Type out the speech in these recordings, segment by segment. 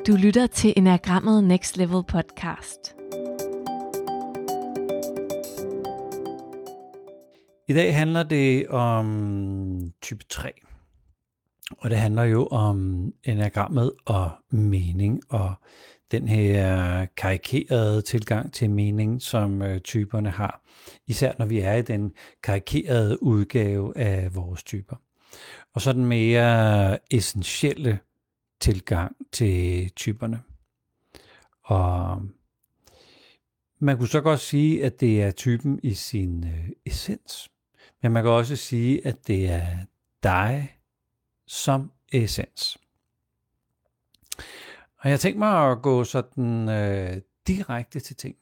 Du lytter til Enagrammet Next Level podcast. I dag handler det om type 3, og det handler jo om enagrammet og mening, og den her karikerede tilgang til mening, som typerne har, især når vi er i den karikerede udgave af vores typer. Og så den mere essentielle tilgang til typerne. Og man kunne så godt sige, at det er typen i sin essens. Men man kan også sige, at det er dig som essens. Og jeg tænker mig at gå sådan direkte til ting.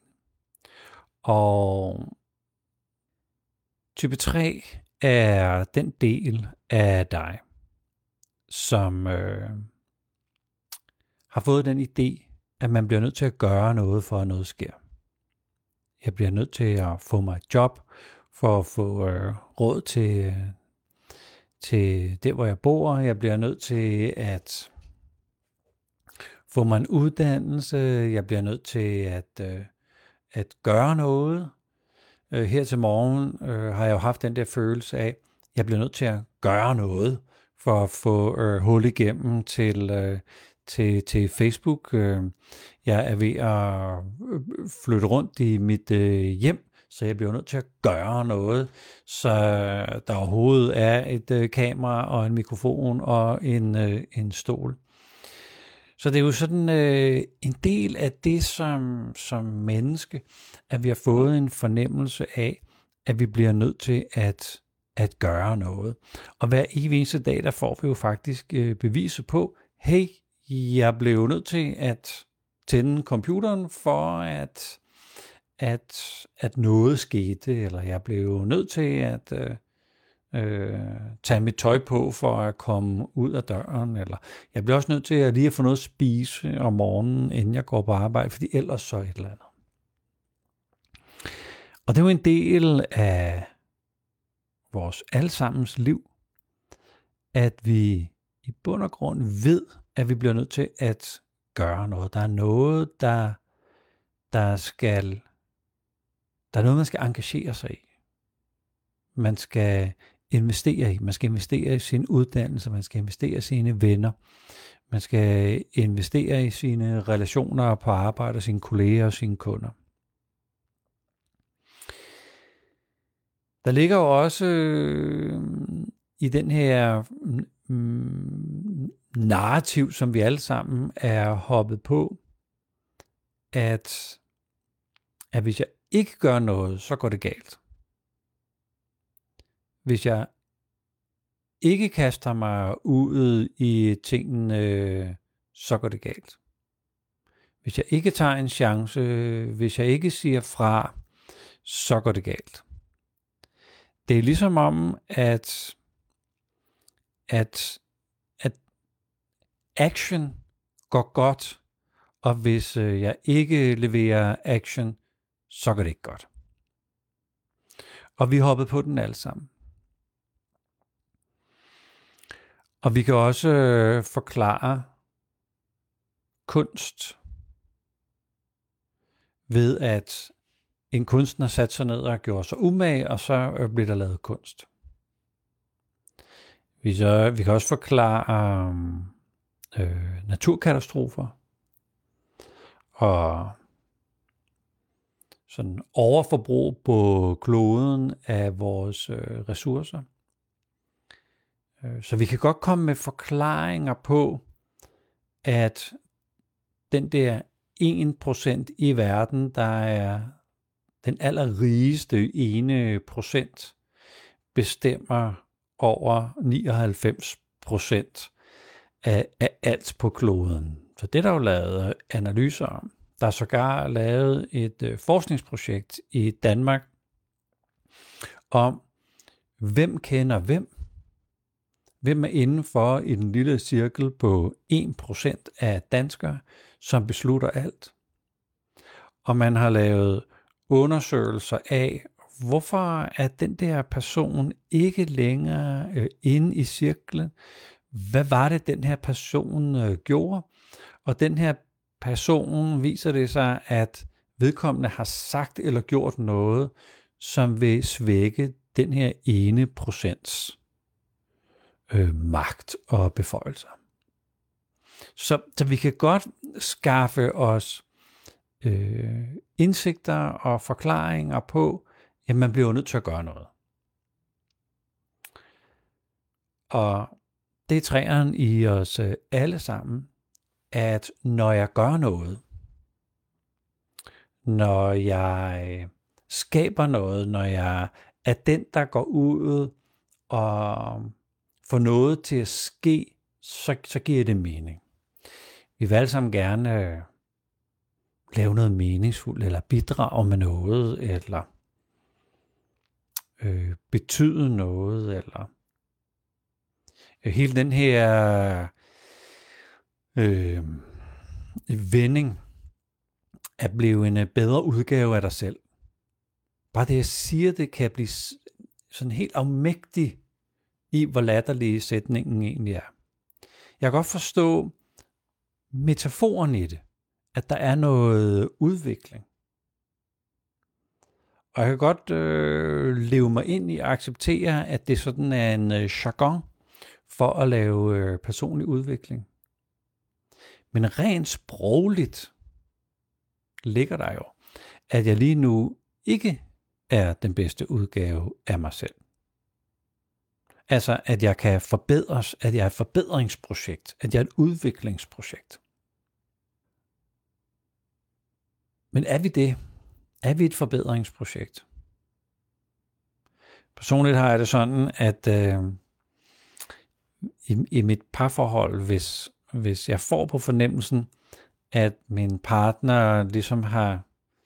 Og type 3 er den del af dig, som har fået den idé, at man bliver nødt til at gøre noget, for at noget sker. Jeg bliver nødt til at få mig et job, for at få råd til der, hvor jeg bor. Jeg bliver nødt til at få mig en uddannelse. Jeg bliver nødt til at gøre noget. Her til morgen har jeg jo haft den der følelse af, at jeg bliver nødt til at gøre noget, for at få hul igennem til Facebook. Jeg er ved at flytte rundt i mit hjem, så jeg bliver nødt til at gøre noget, så der overhovedet er et kamera og en mikrofon og en stol. Så det er jo sådan en del af det som menneske, at vi har fået en fornemmelse af, at vi bliver nødt til at gøre noget. Og hver eneste dag, der får vi jo faktisk beviser på, hey, jeg blev nødt til at tænde computeren for at noget skete, eller jeg blev nødt til at tage mit tøj på for at komme ud af døren, eller jeg bliver også nødt til at lige få noget at spise om morgenen, inden jeg går på arbejde, fordi ellers så et eller andet. Og det er jo en del af vores allesammens liv, at vi i bund og grund ved, at vi bliver nødt til at gøre noget. Der er noget, der er noget, man skal engagere sig i. Man skal investere i. Man skal investere i sin uddannelse. Man skal investere i sine venner. Man skal investere i sine relationer på arbejde, sine kolleger og sine kunder. Der ligger jo også i den her narrativ, som vi alle sammen er hoppet på, at hvis jeg ikke gør noget, så går det galt. Hvis jeg ikke kaster mig ud i tingene, så går det galt. Hvis jeg ikke tager en chance, hvis jeg ikke siger fra, så går det galt. Det er ligesom om, at action går godt, og hvis jeg ikke leverer action, så går det ikke godt. Og vi hoppede på den alle sammen. Og vi kan også forklare kunst ved, at en kunstner satte sig ned og gjorde sig umage, og så blev der lavet kunst. Vi kan også forklare naturkatastrofer og sådan overforbrug på kloden af vores ressourcer. Så vi kan godt komme med forklaringer på, at den der 1% i verden, der er den allerrigeste 1%, bestemmer over 99% af alt på kloden. Så det er der jo lavet analyser om. Der er sågar lavet et forskningsprojekt i Danmark om, hvem kender hvem. Hvem er indenfor i den lille cirkel på 1% af danskere, som beslutter alt. Og man har lavet undersøgelser af, hvorfor er den der person ikke længere inde i cirklen? hvad var det, den her person gjorde? Og den her person viser det sig, at vedkommende har sagt eller gjort noget, som vil svække den her ene procents magt og beføjelser. Så vi kan godt skaffe os indsigter og forklaringer på, at man bliver nødt til at gøre noget. Og det er træeren i os alle sammen, at når jeg gør noget, når jeg skaber noget, når jeg er den, der går ud og får noget til at ske, så giver det mening. Vi vil alle sammen gerne lave noget meningsfuldt, eller bidrage med noget, eller betyde noget, eller hele den her vending at blive en bedre udgave af dig selv. Bare det, jeg siger, det kan blive sådan helt afmægtig i, hvor latterlig sætningen egentlig er. Jeg kan godt forstå metaforen i det, at der er noget udvikling. Og jeg kan godt leve mig ind i at acceptere, at det sådan er en jargon for at lave personlig udvikling. Men rent sprogligt ligger der jo, at jeg lige nu ikke er den bedste udgave af mig selv. Altså, at jeg kan forbedres, at jeg er et forbedringsprojekt, at jeg er et udviklingsprojekt. Men er vi det? Er vi et forbedringsprojekt? Personligt har jeg det sådan, at i mit parforhold, hvis jeg får på fornemmelsen, at min partner ligesom har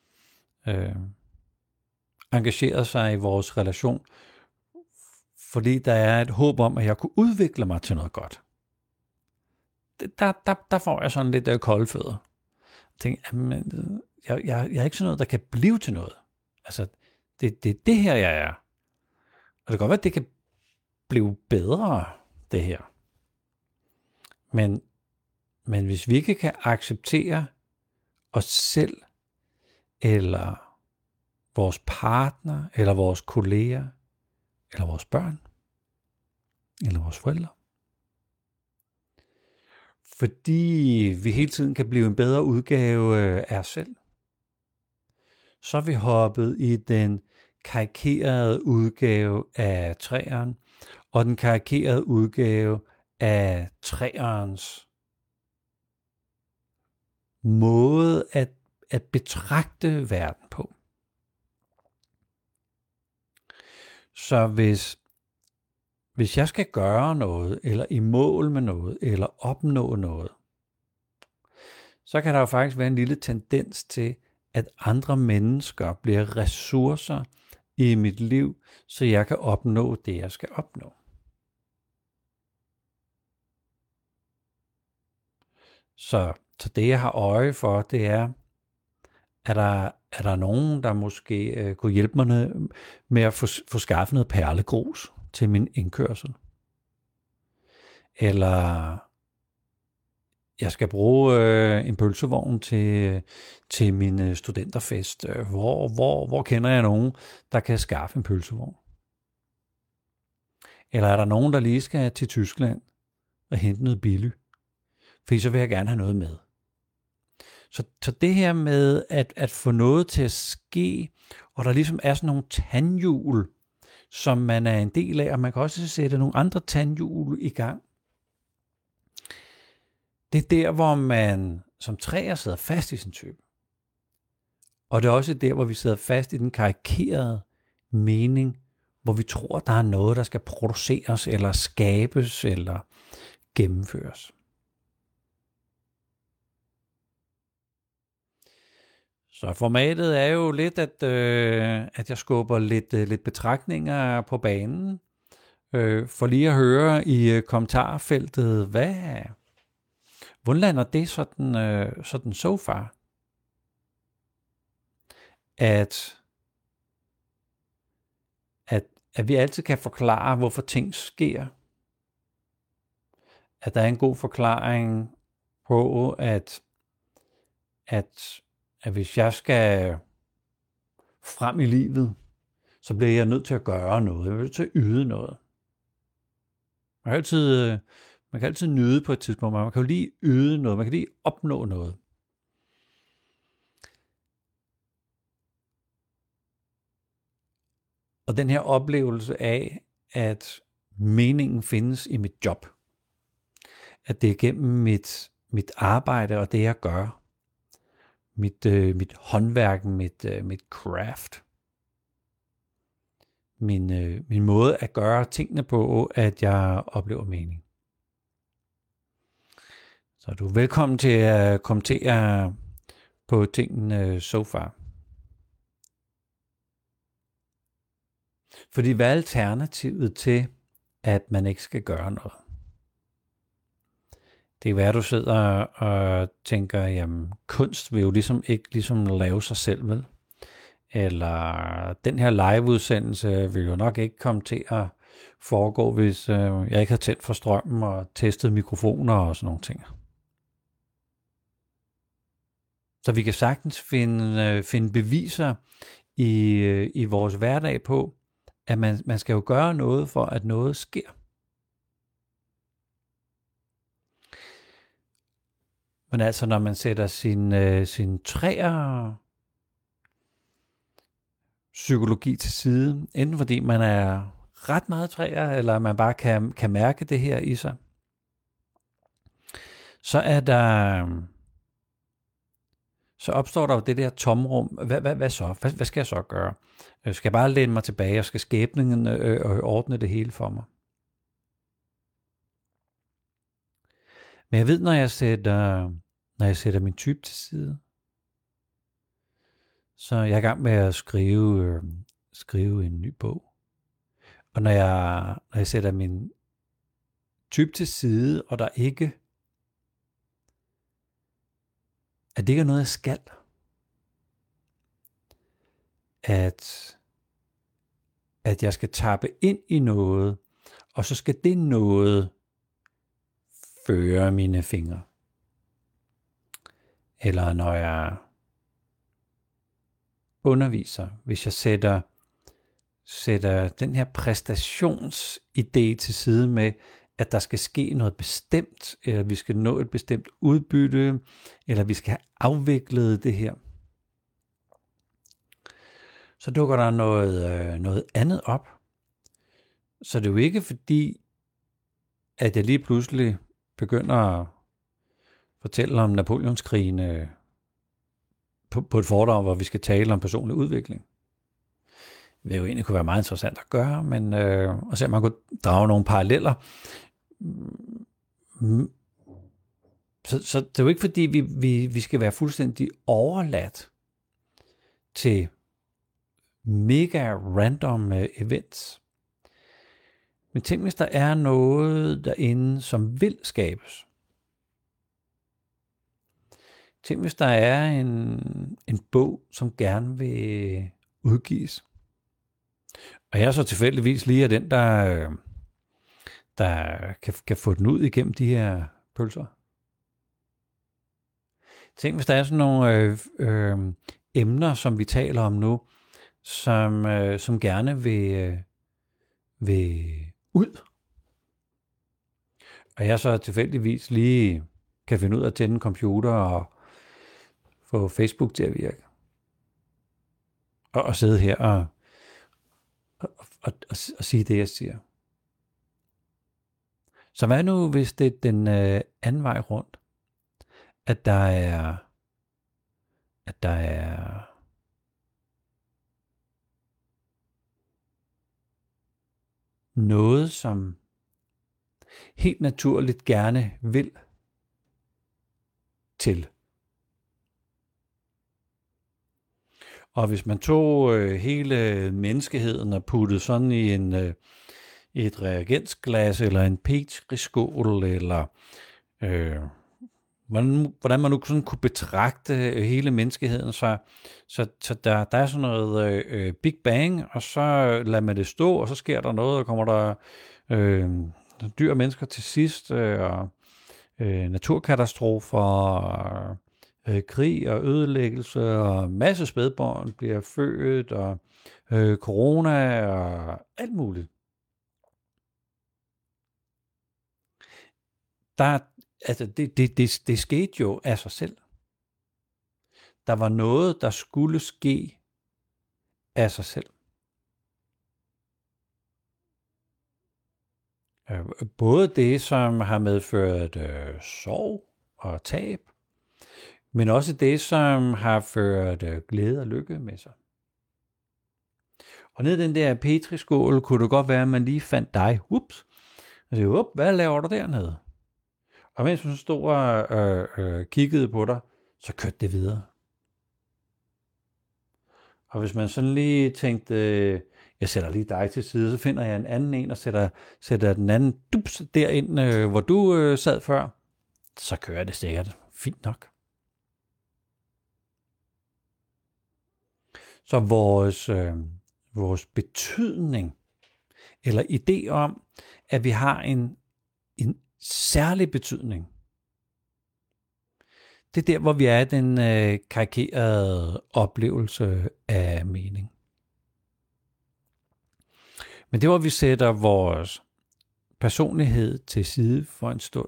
engageret sig i vores relation, fordi der er et håb om, at jeg kunne udvikle mig til noget godt. Der får jeg sådan lidt kolde fødder. Jeg tænker, jeg er ikke sådan noget, der kan blive til noget. Altså, det er det her, jeg er. Og det kan godt være, at det kan blive bedre, det her. Men hvis vi ikke kan acceptere os selv, eller vores partner, eller vores kolleger, eller vores børn, eller vores forældre, fordi vi hele tiden kan blive en bedre udgave af os selv, så er vi hoppet i den karikerede udgave af træeren, og den karikerede udgave af træerens måde at betragte verden på. Så hvis jeg skal gøre noget, eller i mål med noget, eller opnå noget, så kan der jo faktisk være en lille tendens til, at andre mennesker bliver ressourcer i mit liv, så jeg kan opnå det, jeg skal opnå. Så det, jeg har øje for, det er der nogen, der måske kunne hjælpe mig med at få skaffet noget perlegrus til min indkørsel? Eller jeg skal bruge en pølsevogn til min studenterfest. Hvor kender jeg nogen, der kan skaffe en pølsevogn? Eller er der nogen, der lige skal til Tyskland og hente noget billigt? Fordi så vil jeg gerne have noget med. Så det her med at få noget til at ske, og der ligesom er sådan nogle tandhjul, som man er en del af, og man kan også sætte nogle andre tandhjul i gang. Det er der, hvor man som træer sidder fast i sin type. Og det er også der, hvor vi sidder fast i den karikerede mening, hvor vi tror, der er noget, der skal produceres, eller skabes, eller gennemføres. Så formatet er jo lidt, at jeg skubber lidt betragtninger på banen, for lige at høre i kommentarfeltet, hvordan lander det sådan so far? At vi altid kan forklare, hvorfor ting sker. at der er en god forklaring på, at hvis jeg skal frem i livet, så bliver jeg nødt til at gøre noget. Jeg er nødt til at yde noget. Man kan altid nyde på et tidspunkt, man kan jo lige yde noget, man kan lige opnå noget. Og den her oplevelse af, at meningen findes i mit job, at det er gennem mit arbejde og det, jeg gør, mit håndværk, mit craft, min måde at gøre tingene på, at jeg oplever mening. Så du er velkommen til at kommentere på tingene so far. Fordi hvad er alternativet til, at man ikke skal gøre noget? Det er du sidder og tænker, jamen kunst vil jo ligesom lave sig selv, vel? Eller den her liveudsendelse vil jo nok ikke komme til at foregå, hvis jeg ikke har tændt for strømmen og testet mikrofoner og sådan nogle ting. Så vi kan sagtens finde beviser i vores hverdag på, at man skal jo gøre noget for, at noget sker. Men altså, når man sætter sin træer psykologi til side, enten fordi man er ret meget træer, eller man bare kan mærke det her i sig, så opstår der jo det der tomrum. Hvad så? Hvad skal jeg så gøre? Skal jeg bare læne mig tilbage, og skal skæbningen ordne det hele for mig? Men jeg ved, når jeg sætter min type til side, så jeg er i gang med at skrive en ny bog. Og når jeg sætter min type til side, og der ikke at det ikke er noget, jeg skal. At jeg skal tappe ind i noget, og så skal det noget føre mine fingre. Eller når jeg underviser, hvis jeg sætter den her præstationsidé til side med, at der skal ske noget bestemt, eller vi skal nå et bestemt udbytte, eller vi skal have afviklet det her, så dukker der noget andet op. Så det er jo ikke fordi, at jeg lige pludselig begynder at fortælle om Napoleonskrigene på et foredrag, hvor vi skal tale om personlig udvikling. Det vil jo egentlig kunne være meget interessant at gøre, men og se, om man kunne drage nogle paralleller. Så det er jo ikke fordi, vi skal være fuldstændig overladt til mega random events. Men tænk, hvis der er noget derinde, som vil skabes. Tænk, hvis der er en bog, som gerne vil udgives. Og jeg er så tilfældigvis lige af den, der kan få den ud igennem de her pølser. Tænk, hvis der er sådan nogle emner, som vi taler om nu, som gerne vil ud. Og jeg så tilfældigvis lige kan finde ud af at tænde en computer og få Facebook til at virke. Og sidde her og sige det, jeg siger. Så hvad nu, hvis det er den anden vej rundt? At der er noget, som helt naturligt gerne vil til. Og hvis man tog hele menneskeheden og puttede sådan i et reagensglas, eller en petriskål, eller hvordan man nu sådan kunne betragte hele menneskeheden, så der er sådan noget Big Bang, og så lader man det stå, og så sker der noget, og kommer der dyr og mennesker til sidst, og naturkatastrofer, krig og ødelæggelse, og masse spædbørn bliver født, og corona og alt muligt. Det skete jo af sig selv. Der var noget, der skulle ske af sig selv. Både det, som har medført sorg og tab, men også det, som har ført glæde og lykke med sig. Og ned i den der petriskål kunne det godt være, at man lige fandt dig. Ups. Og siger, hvad laver du dernede? Og mens man stod og kiggede på dig, så kørte det videre. Og hvis man sådan lige tænkte, jeg sætter lige dig til side, så finder jeg en anden en og sætter den anden dups derind, hvor du sad før, så kører det sikkert fint nok. Så vores betydning, eller idé om, at vi har en særlig betydning, det er der, hvor vi er i den karikerede oplevelse af mening. Men det, hvor vi sætter vores personlighed til side for en stund,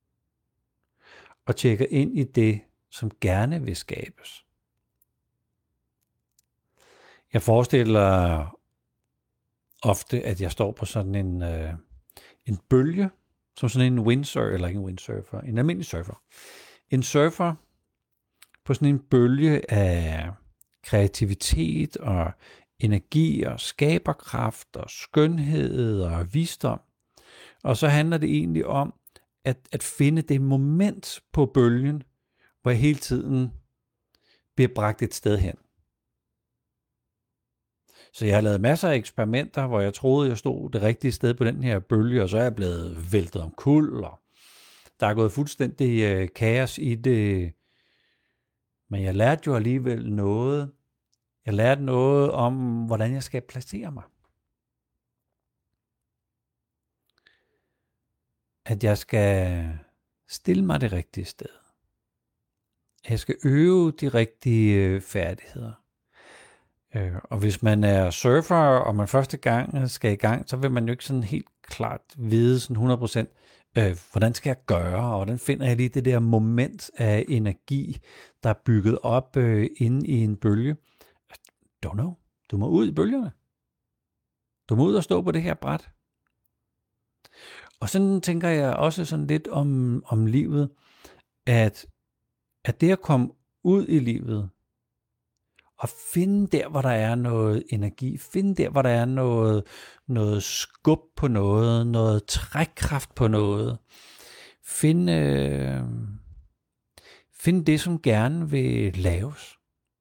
og tjekker ind i det, som gerne vil skabes. Jeg forestiller ofte, at jeg står på sådan en bølge, som sådan en windsurfer, eller ikke en windsurfer, en almindelig surfer. En surfer på sådan en bølge af kreativitet og energi og skaberkraft og skønhed og visdom. Og så handler det egentlig om at finde det moment på bølgen, hvor jeg hele tiden bliver bragt et sted hen. Så jeg har lavet masser af eksperimenter, hvor jeg troede, jeg stod det rigtige sted på den her bølge, og så er jeg blevet væltet omkuld, og der er gået fuldstændig kaos i det. Men jeg lærte jo alligevel noget. Jeg lærte noget om, hvordan jeg skal placere mig. At jeg skal stille mig det rigtige sted. At jeg skal øve de rigtige færdigheder. Og hvis man er surfer, og man første gang skal i gang, så vil man jo ikke sådan helt klart vide sådan 100%, hvordan skal jeg gøre, og hvordan finder jeg lige det der moment af energi, der er bygget op inde i en bølge. Don't know. Du må ud i bølgerne. Du må ud og stå på det her bræt. Og sådan tænker jeg også sådan lidt om livet, at det at komme ud i livet, og finde der, hvor der er noget energi, finde der, hvor der er noget skub på noget trækkraft på noget, finde det, som gerne vil laves.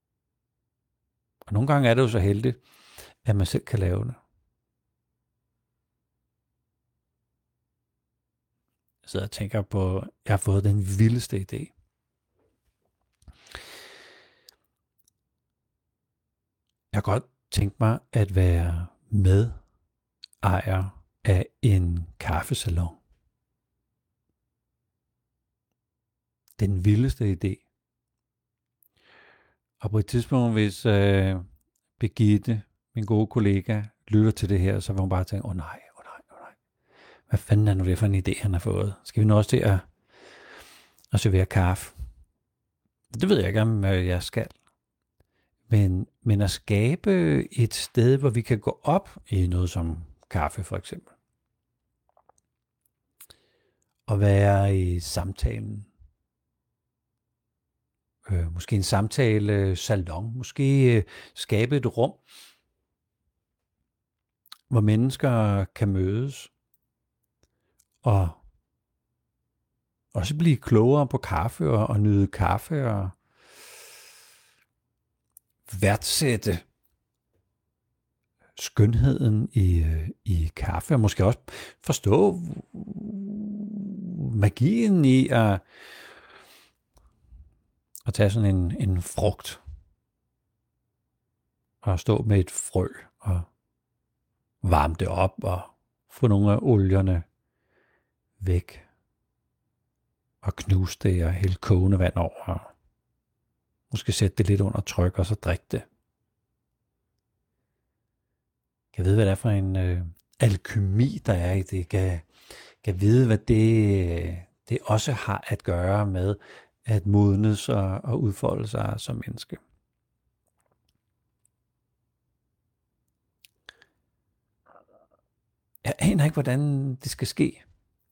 Og nogle gange er det jo så heldigt, at man selv kan lave det. Jeg sidder og tænker på, at jeg har fået den vildeste idé. Jeg kan godt tænke mig at være medejer af en kaffesalon. Den vildeste idé. Og på et tidspunkt, hvis Birgitte, min gode kollega, lytter til det her, så vil hun bare tænke, åh nej. Hvad fanden er nu det for en idé, han har fået? Skal vi nu også til at servere kaffe? Det ved jeg ikke, om jeg skal. Men at skabe et sted, hvor vi kan gå op i noget som kaffe for eksempel. Og være i samtalen. Måske en samtale salon. Måske skabe et rum, hvor mennesker kan mødes. Og også blive klogere på kaffe og nyde kaffe og værdsætte skønheden i kaffe, og måske også forstå magien i at tage sådan en frugt og stå med et frø og varme det op og få nogle af olierne væk og knuse det og hælde kogende vand over. Måske sætte det lidt under tryk og så drikke det. Kan vide, hvad det er for en alkymi, der er i det. Kan vide, hvad det også har at gøre med at modnes og udfolde sig som menneske. Jeg aner ikke, hvordan det skal ske.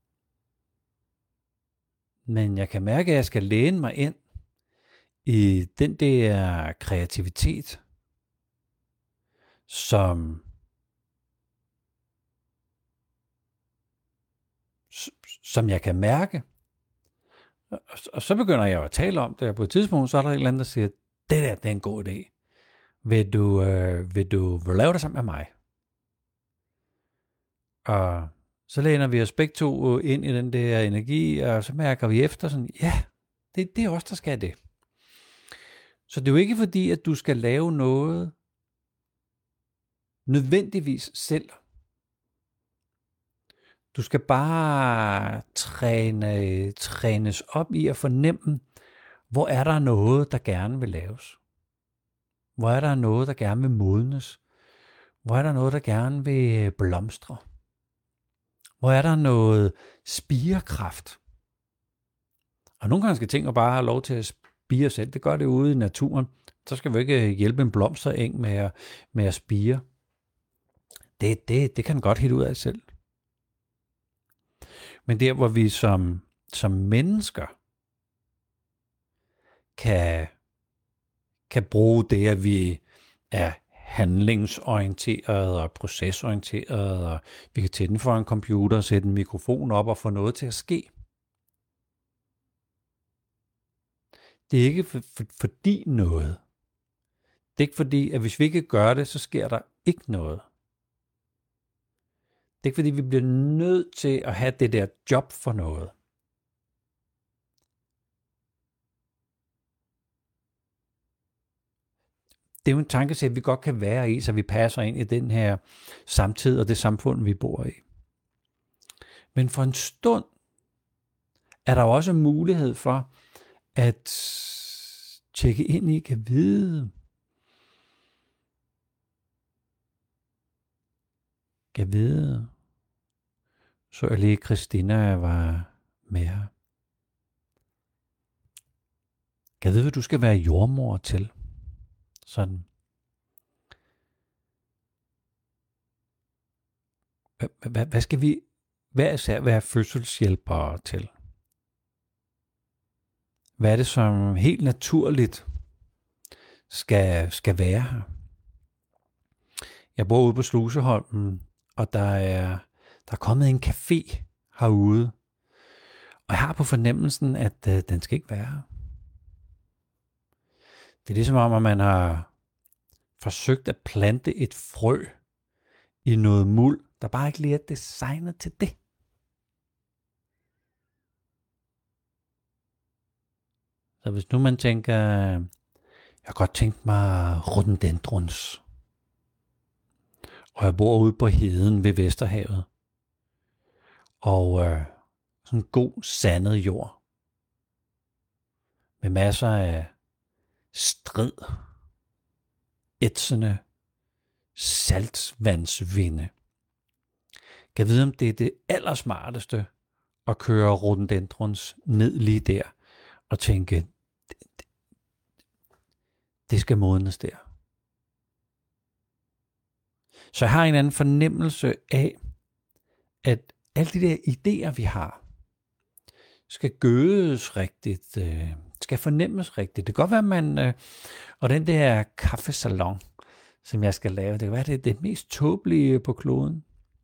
Men jeg kan mærke, at jeg skal læne mig ind i den der kreativitet, som jeg kan mærke. Og så begynder jeg at tale om det, og på et tidspunkt, så er der et eller andet, der siger, det er en god idé. Vil du lave det sammen med mig? Og så læner vi os begge to ind i den der energi, og så mærker vi efter sådan, ja, det er os, der skal det. Så det er jo ikke fordi, at du skal lave noget nødvendigvis selv. Du skal bare trænes op i at fornemme, hvor er der noget, der gerne vil laves. Hvor er der noget, der gerne vil modnes. Hvor er der noget, der gerne vil blomstre. Hvor er der noget spirekraft. Og nogle gange skal ting bare have lov til at spire selv. Det gør det ude i naturen. Så skal vi ikke hjælpe en blomstereng med at spire. Det kan godt helt ud af selv. Men der, hvor vi som mennesker kan bruge det, at vi er handlingsorienteret og procesorienteret, og vi kan tænde for en computer, sætte en mikrofon op og få noget til at ske. Det er ikke fordi noget. Det er ikke fordi, at hvis vi ikke gør det, så sker der ikke noget. Det er ikke fordi, vi bliver nødt til at have det der job for noget. Det er jo en tankesæt, vi godt kan være i, så vi passer ind i den her samtid og det samfund, vi bor i. Men for en stund er der jo også mulighed for at tjekke ind i, kan vide, så jeg lige Christina var med her. Kan vide, hvad du skal være jordmor til? Sådan. Hvad skal vi hver især være fødselshjælpere til? Hvad er det, som helt naturligt skal være her? Jeg bor ude på Sluseholmen, og der er kommet en café herude. Og jeg har på fornemmelsen, at den skal ikke være her. Det er ligesom om, at man har forsøgt at plante et frø i noget muld, der bare ikke lige er designet til det. Så hvis nu man tænker, jeg har godt tænkt mig rhododendrons, og jeg bor ude på heden ved Vesterhavet, og sådan god sandet jord, med masser af strid, ætsende saltvandsvinde. Kan vide, om det er det allersmarteste at køre rhododendrons ned lige der, og tænke, det skal modnes der. Så jeg har en anden fornemmelse af, at alle de der idéer, vi har, skal gødes rigtigt, skal fornemmes rigtigt. Det kan godt være, man, og den der kaffesalon, som jeg skal lave, det kan være, det er det mest tåbelige på kloden.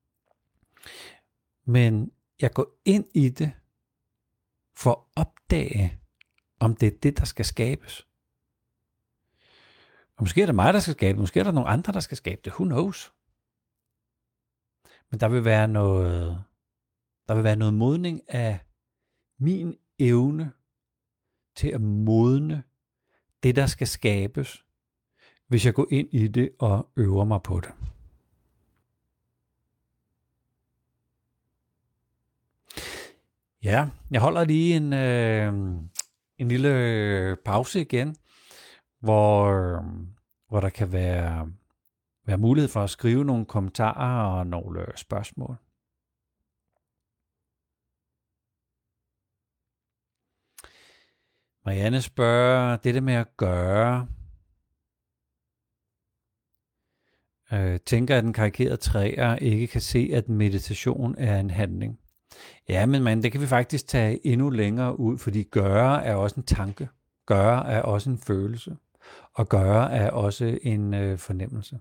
Men jeg går ind i det, for at opdage, om det er det, der skal skabes. Og måske er det mig, der skal skabe det, måske er der nogle andre, der skal skabe det, who knows. Men der vil være noget modning af min evne til at modne det, der skal skabes, hvis jeg går ind i det og øver mig på det. Ja, jeg holder lige en lille pause igen, hvor der kan være mulighed for at skrive nogle kommentarer og nogle spørgsmål. Marianne spørger, det med at gøre, tænker, at den karikerede træer ikke kan se, at meditation er en handling. Ja, men det kan vi faktisk tage endnu længere ud, fordi gøre er også en tanke. Gøre er også en følelse. Og gøre er også en fornemmelse.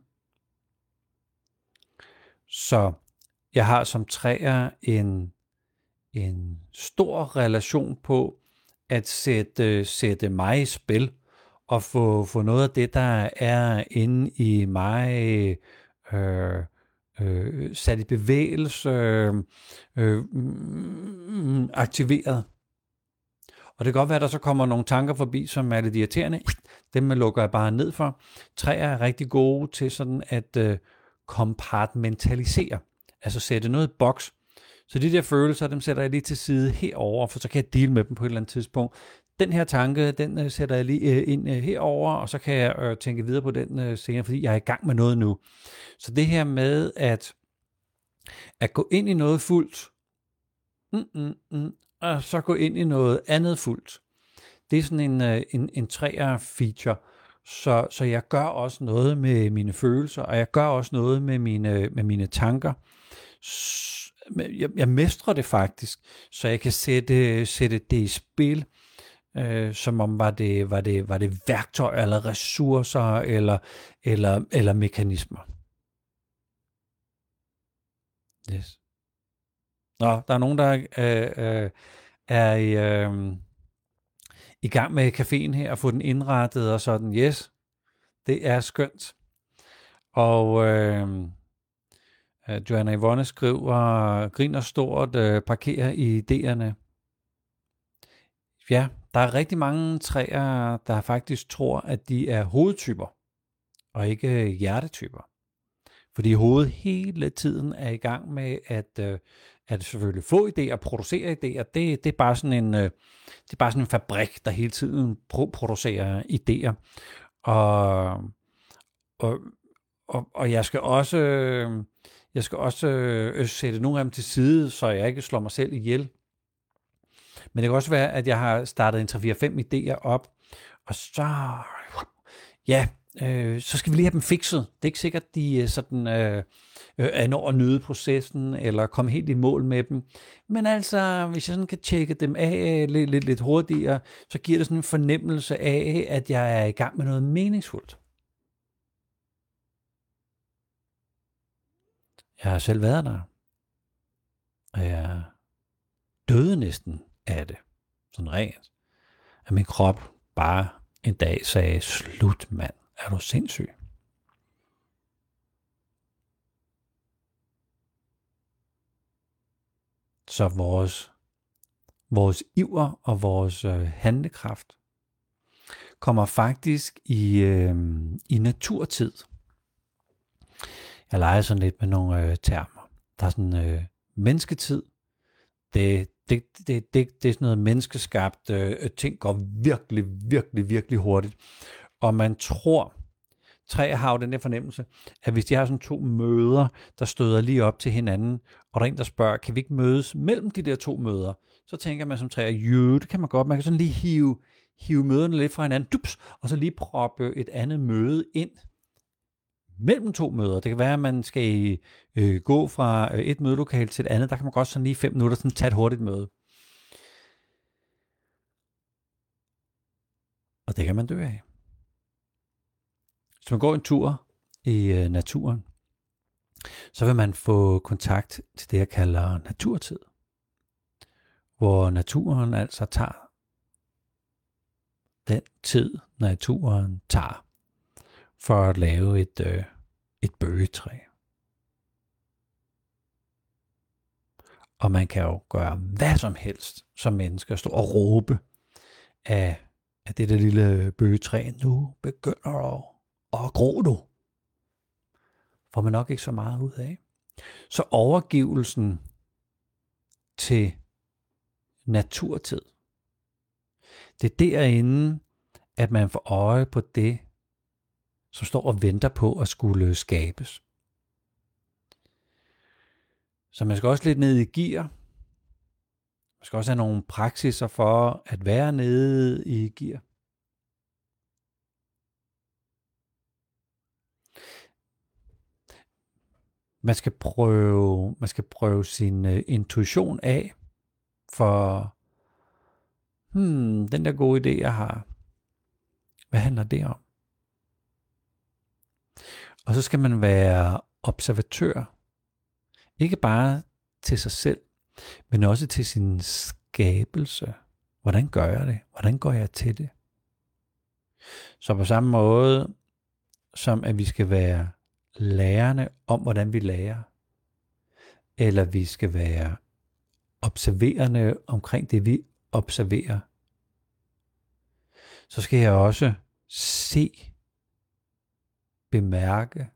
Så jeg har som træer en stor relation på at sætte mig i spil og få noget af det, der er inde i mig, sat i bevægelse, aktiveret. Og det kan godt være, at der så kommer nogle tanker forbi, som er lidt irriterende. Dem lukker jeg bare ned for. Træer er rigtig gode til sådan at kompartmentalisere. Altså sætte noget i boks. Så de der følelser, dem sætter jeg lige til side herover, for så kan jeg deale med dem på et eller andet tidspunkt. Den her tanke, den sætter jeg lige ind herover, og så kan jeg tænke videre på den senere, fordi jeg er i gang med noget nu. Så det her med at gå ind i noget fuldt, og så gå ind i noget andet fuldt. Det er sådan en træer-feature. Så jeg gør også noget med mine følelser, og jeg gør også noget med mine tanker. Jeg mestrer det faktisk, så jeg kan sætte det i spil, som om var det værktøj eller ressourcer eller mekanismer. Yes. Nå, der er nogen, der er i gang med caféen her og få den indrettet og sådan. Yes, det er skønt. Og Joanna Yvonne skriver, griner stort, parkerer idéerne. Ja, der er rigtig mange træer, der faktisk tror, at de er hovedtyper, og ikke hjertetyper. Fordi hovedet hele tiden er i gang med at selvfølgelig få idéer, producere idéer. Det er bare sådan en fabrik, der hele tiden producerer idéer. Og jeg skal også sætte nogle af dem til side, så jeg ikke slår mig selv ihjel. Men det kan også være, at jeg har startet en 3-4-5 idéer op, og så, så skal vi lige have dem fikset. Det er ikke sikkert, de sådan er når at nyde processen, eller komme helt i mål med dem. Men altså, hvis jeg sådan kan tjekke dem af lidt hurtigere, så giver det sådan en fornemmelse af, at jeg er i gang med noget meningsfuldt. Jeg har selv været der, og jeg døde næsten af det. Sådan rent. At min krop bare en dag sagde, slut mand, er du sindssyg? Så vores iver og vores handlekraft kommer faktisk i naturtid. Jeg leger sådan lidt med nogle termer. Der er sådan mennesketid. Det er sådan noget menneskeskabt. Ting går virkelig, virkelig, virkelig hurtigt. Og man tror, træer har jo den der fornemmelse, at hvis de har sådan to møder, der støder lige op til hinanden, og der er en, der spørger, kan vi ikke mødes mellem de der to møder? Så tænker man som træer, det kan man godt. Man kan sådan lige hive møderne lidt fra hinanden, dups, og så lige proppe et andet møde ind mellem to møder. Det kan være, at man skal gå fra et mødelokale til et andet. Der kan man godt sådan lige 5 minutter sådan tage et hurtigt møde. Og det kan man dø af. Hvis man går en tur i naturen, så vil man få kontakt til det, jeg kalder naturtid. Hvor naturen altså tager den tid, naturen tager for at lave et bøgetræ. Og man kan jo gøre hvad som helst som mennesker, stå og råbe af det der lille bøgetræ. Nu begynder at gro du. Får man nok ikke så meget ud af. Så overgivelsen til naturtid. Det er derinde, at man får øje på det, som står og venter på at skulle skabes. Så man skal også lidt ned i gear. Man skal også have nogle praksiser for at være nede i gear. Man skal prøve sin intuition af for den der gode idé, jeg har. Hvad handler det om? Og så skal man være observatør. Ikke bare til sig selv, men også til sin skabelse. Hvordan gør jeg det? Hvordan går jeg til det? Så på samme måde, som at vi skal være lærerne om, hvordan vi lærer, eller vi skal være observerende omkring det, vi observerer, så skal jeg også se, bemærke,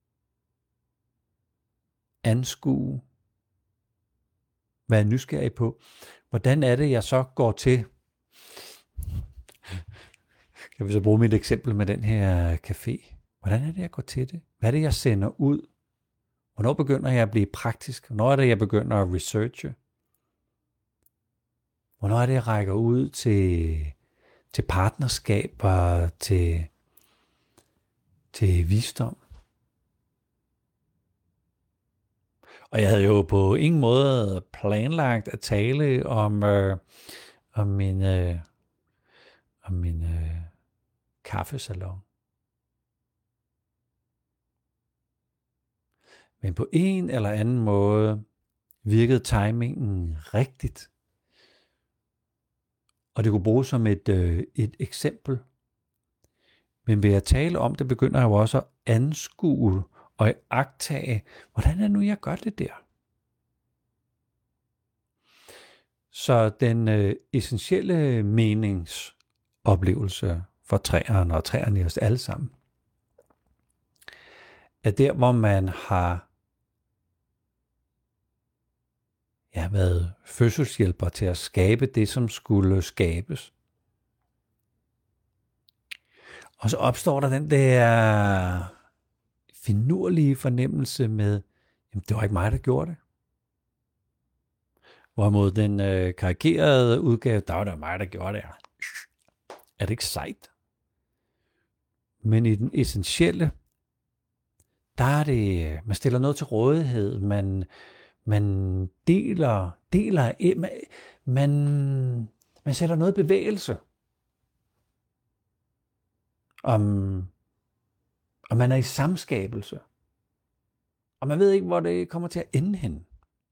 anskue, være nysgerrig på, hvordan er det, jeg så går til. Jeg vil så bruge mit eksempel med den her café. Hvordan er det, jeg går til det? Hvad er det, jeg sender ud? Hvornår begynder jeg at blive praktisk? Hvornår er det, jeg begynder at researche? Hvornår er det, jeg rækker ud til partnerskaber, til visdom? Og jeg havde jo på ingen måde planlagt at tale om min kaffesalon. Men på en eller anden måde virkede timingen rigtigt. Og det kunne bruges som et eksempel. Men ved at tale om det, begynder jeg jo også at anskue og iagttage, hvordan er det nu, jeg gør det der? Så den essentielle meningsoplevelse for træerne og træerne i os alle sammen, er der, hvor man har været fødselshjælper til at skabe det, som skulle skabes. Og så opstår der den der finurlige fornemmelse med, jamen det var ikke mig, der gjorde det. Hvorimod den karikerede udgave, der var det mig, der gjorde det. Er det ikke sejt? Men i den essentielle, der er det, man stiller noget til rådighed, man deler, man sætter noget i bevægelse. Og man er i samskabelse. Og man ved ikke, hvor det kommer til at ende hen.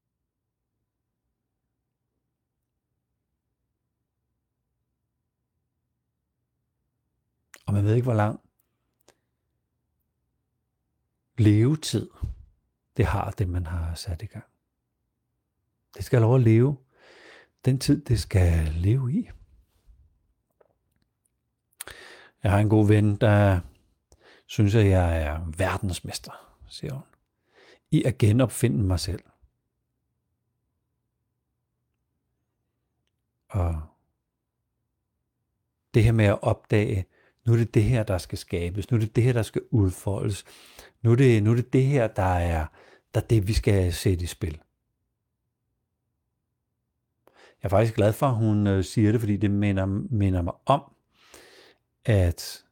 Og man ved ikke, hvor lang levetid det har, det man har sat i gang. Det skal lov at leve den tid, det skal leve i. Jeg har en god ven, der synes, at jeg er verdensmester, siger hun, i at genopfinde mig selv. Og det her med at opdage, nu er det det her, der skal skabes, nu er det det her, der skal udfoldes, nu er det her, der er det, vi skal sætte i spil. Jeg er faktisk glad for, at hun siger det, fordi det minder mig om, at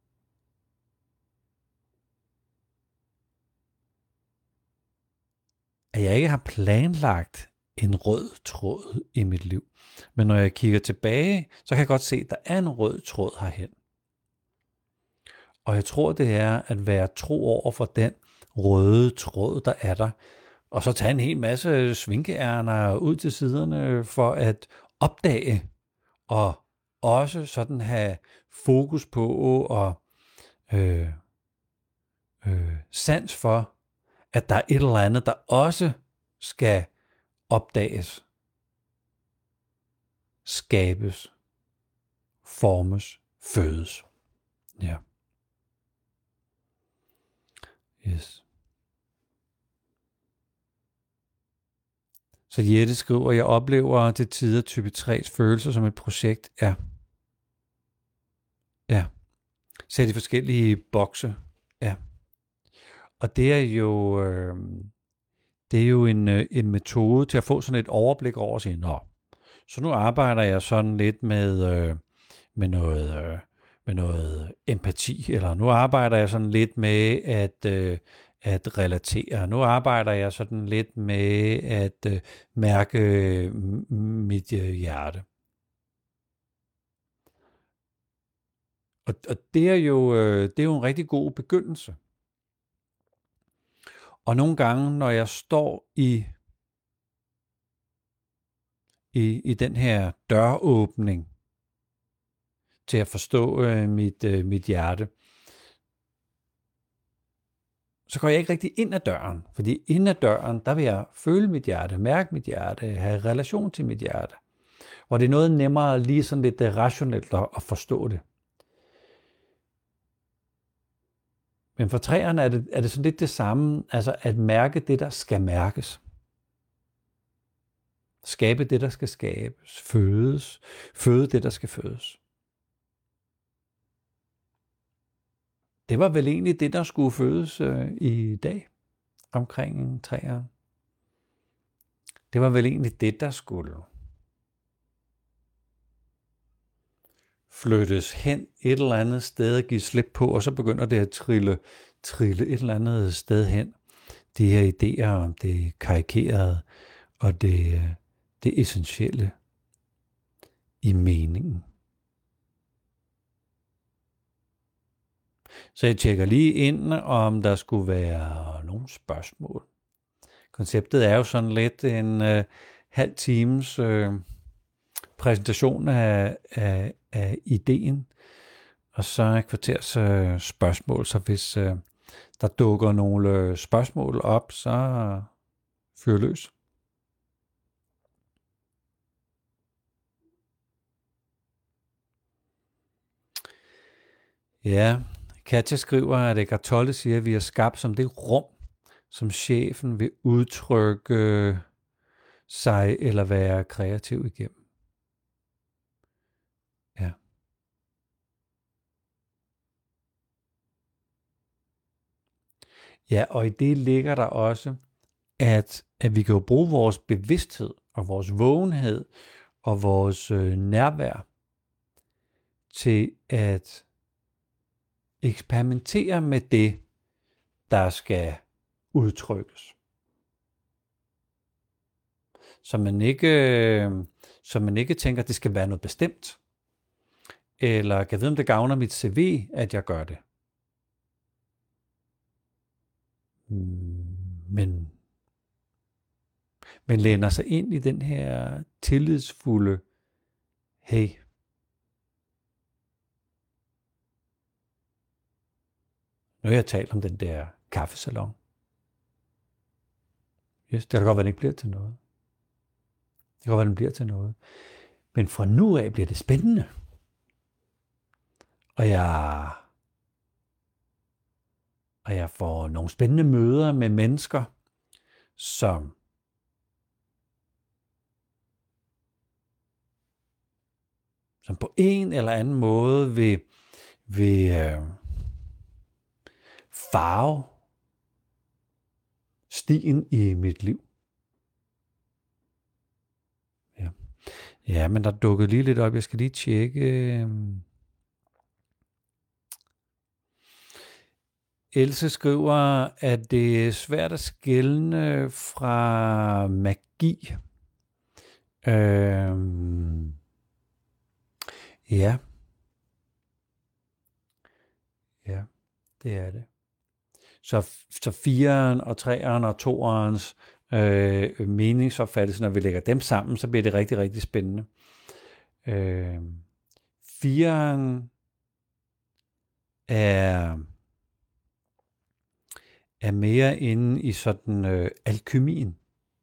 jeg ikke har planlagt en rød tråd i mit liv. Men når jeg kigger tilbage, så kan jeg godt se, at der er en rød tråd herhen. Og jeg tror, det er at være tro over for den røde tråd, der er der. Og så tage en hel masse svinkeærner ud til siderne for at opdage og også sådan have fokus på og sans for, at der er et eller andet, der også skal opdages, skabes, formes, fødes. Ja. Yes. Så Jette skriver, jeg oplever til tider type 3's følelser som et projekt. Ja. Sæt i forskellige bokse. Ja. Og det er jo en metode til at få sådan et overblik over at sige, så nu arbejder jeg sådan lidt med noget empati, eller nu arbejder jeg sådan lidt med at relatere. Nu arbejder jeg sådan lidt med at mærke mit hjerte. Og det er jo en rigtig god begyndelse. Og nogle gange, når jeg står i den her døråbning til at forstå mit hjerte, så går jeg ikke rigtig ind ad døren. Fordi ind ad døren, der vil jeg føle mit hjerte, mærke mit hjerte, have relation til mit hjerte. Og det er noget nemmere lige sådan lidt rationelt at forstå det. Men for træerne er det sådan lidt det samme, altså at mærke det, der skal mærkes. Skabe det, der skal skabes. Føde det, der skal fødes. Det var vel egentlig det, der skulle fødes i dag omkring træerne. Det var vel egentlig det, der skulle flyttes hen et eller andet sted og give slip på, og så begynder det at trille et eller andet sted hen. De her idéer om det karikerede og det essentielle i meningen. Så jeg tjekker lige ind, om der skulle være nogle spørgsmål. Konceptet er jo sådan lidt en halv times præsentation af ideen, og så et kvarters spørgsmål. Så hvis der dukker nogle spørgsmål op, så fyr løs. Ja, Katja skriver, at Eckhart Tolle siger, at vi er skabt som det rum, som chefen vil udtrykke sig eller være kreativ igennem. Ja. Ja, og i det ligger der også, at vi kan jo bruge vores bevidsthed og vores vågenhed og vores nærvær til at eksperimentere med det, der skal udtrykkes. Så man ikke tænker, at det skal være noget bestemt, eller kan vide, om det gavner mit CV, at jeg gør det. Men læner sig ind i den her tillidsfulde, hey, nu har jeg talt om den der kaffesalon. Yes, det kan godt være, den ikke bliver til noget. Det kan godt være, den bliver til noget. Men fra nu af bliver det spændende. Og jeg får nogle spændende møder med mennesker, som på en eller anden måde vil farve stien i mit liv. Ja, men der dukkede lige lidt op. Jeg skal lige tjekke. Else skriver, at det er svært at skelne fra magi. Ja. Ja, det er det. Så 4'eren og 3'eren og 2'erens meningsopfattelse, når vi lægger dem sammen, så bliver det rigtig, rigtig spændende. 4'eren er mere inde i sådan alkymien,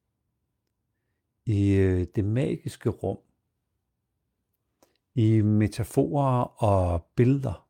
i det magiske rum, i metaforer og billeder,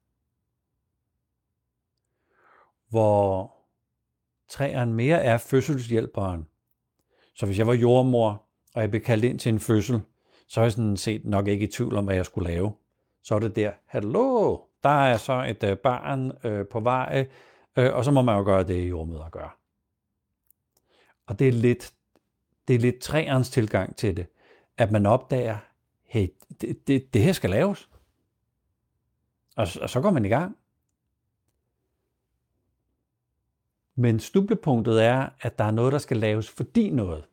hvor 3'eren mere er fødselshjælperen. Så hvis jeg var jordmor, og jeg blev kaldt ind til en fødsel, så er jeg sådan set nok ikke i tvivl om, hvad jeg skulle lave. Så er det der, hallo, der er så et barn på vej, og så må man jo gøre det, jordmødre gør. Og det er lidt træernes tilgang til det, at man opdager, hey, det her skal laves. Og så går man i gang. Men snublepunktet er, at der er noget, der skal laves fordi noget.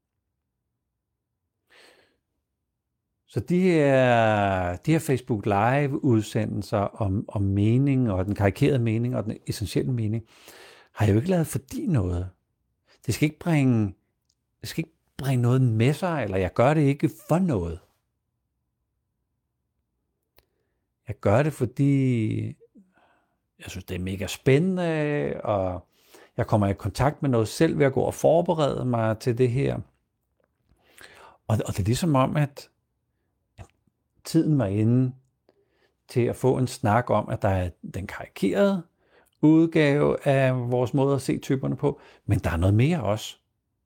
Så de her Facebook Live udsendelser om mening og den karikerede mening og den essentielle mening, har jeg jo ikke lavet fordi noget. Det skal ikke bringe noget med sig, eller jeg gør det ikke for noget. Jeg gør det, fordi jeg synes, det er mega spændende, og jeg kommer i kontakt med noget selv ved at gå og forberede mig til det her. Og det er ligesom om, at tiden var inde til at få en snak om, at der er den karikerede udgave af vores måde at se typerne på, men der er noget mere også.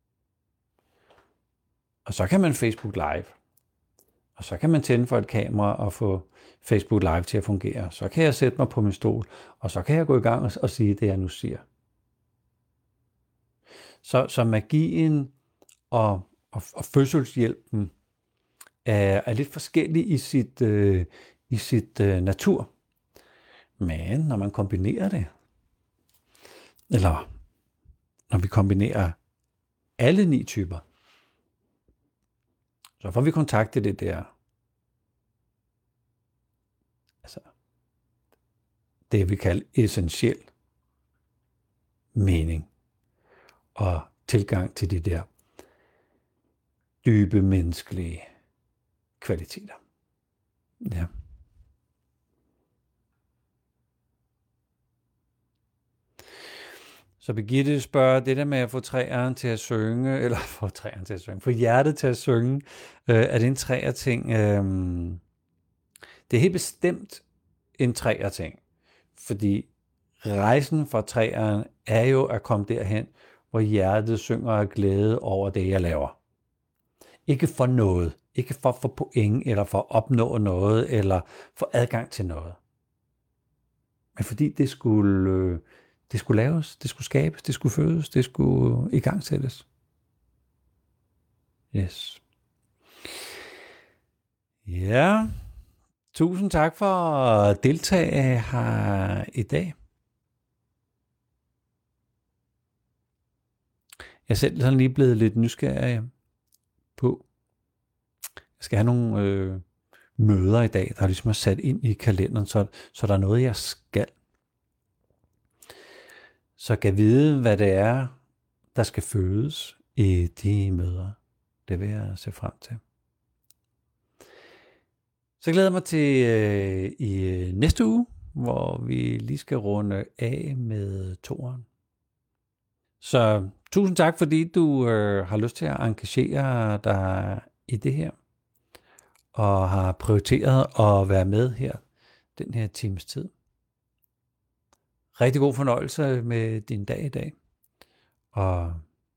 Og så kan man Facebook Live, og så kan man tænde for et kamera og få Facebook Live til at fungere. Så kan jeg sætte mig på min stol, og så kan jeg gå i gang og sige det, jeg nu siger. Så magien og fødselshjælpen er lidt forskellig i sit natur. Men når man kombinerer det, eller når vi kombinerer alle 9 typer, så får vi kontakt til det der, altså det vi kalder essentiel mening og tilgang til de der dybe menneskelige kvaliteter. Ja. Så Birgitte spørger, det der med at få træerne til at synge, eller få hjertet til at synge, er det en træerting? Det er helt bestemt en træerting, fordi rejsen for træeren er jo at komme derhen, hvor hjertet synger af glæde over det, jeg laver. Ikke for noget, ikke for at få point, eller for at opnå noget, eller få adgang til noget. Men fordi det skulle laves, det skulle skabes, det skulle fødes, det skulle igangsættes. Yes. Ja, tusind tak for at deltage her i dag. Jeg er selv sådan lige blevet lidt nysgerrig på. Jeg skal have nogle møder i dag, der ligesom er sat ind i kalenderen, så der er noget, jeg skal. Så kan vide, hvad det er, der skal fødes i de møder. Det vil jeg se frem til. Så glæder jeg mig til i næste uge, hvor vi lige skal runde af med toeren. Så tusind tak, fordi du har lyst til at engagere dig i det her, og har prioriteret at være med her den her times tid. Rigtig god fornøjelse med din dag i dag, og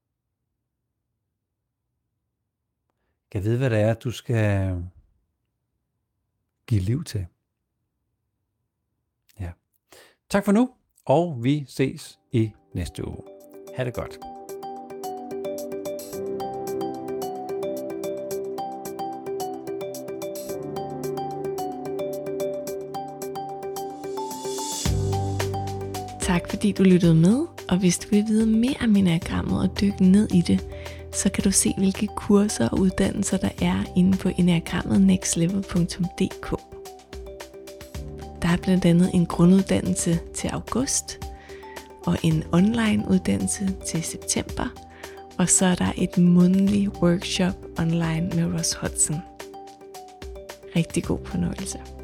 kan vide, hvad det er, du skal give liv til. Ja. Tak for nu, og vi ses i næste uge. Ha' det godt. Tak fordi du lyttede med, og hvis du vil vide mere om Enneagrammet og dykke ned i det, så kan du se, hvilke kurser og uddannelser der er inde på enneagrammetnextlevel.dk. Der er blandt andet en grunduddannelse til august, og en online uddannelse til september, og så er der et månedligt workshop online med Ross Hudson. Rigtig god fornøjelse.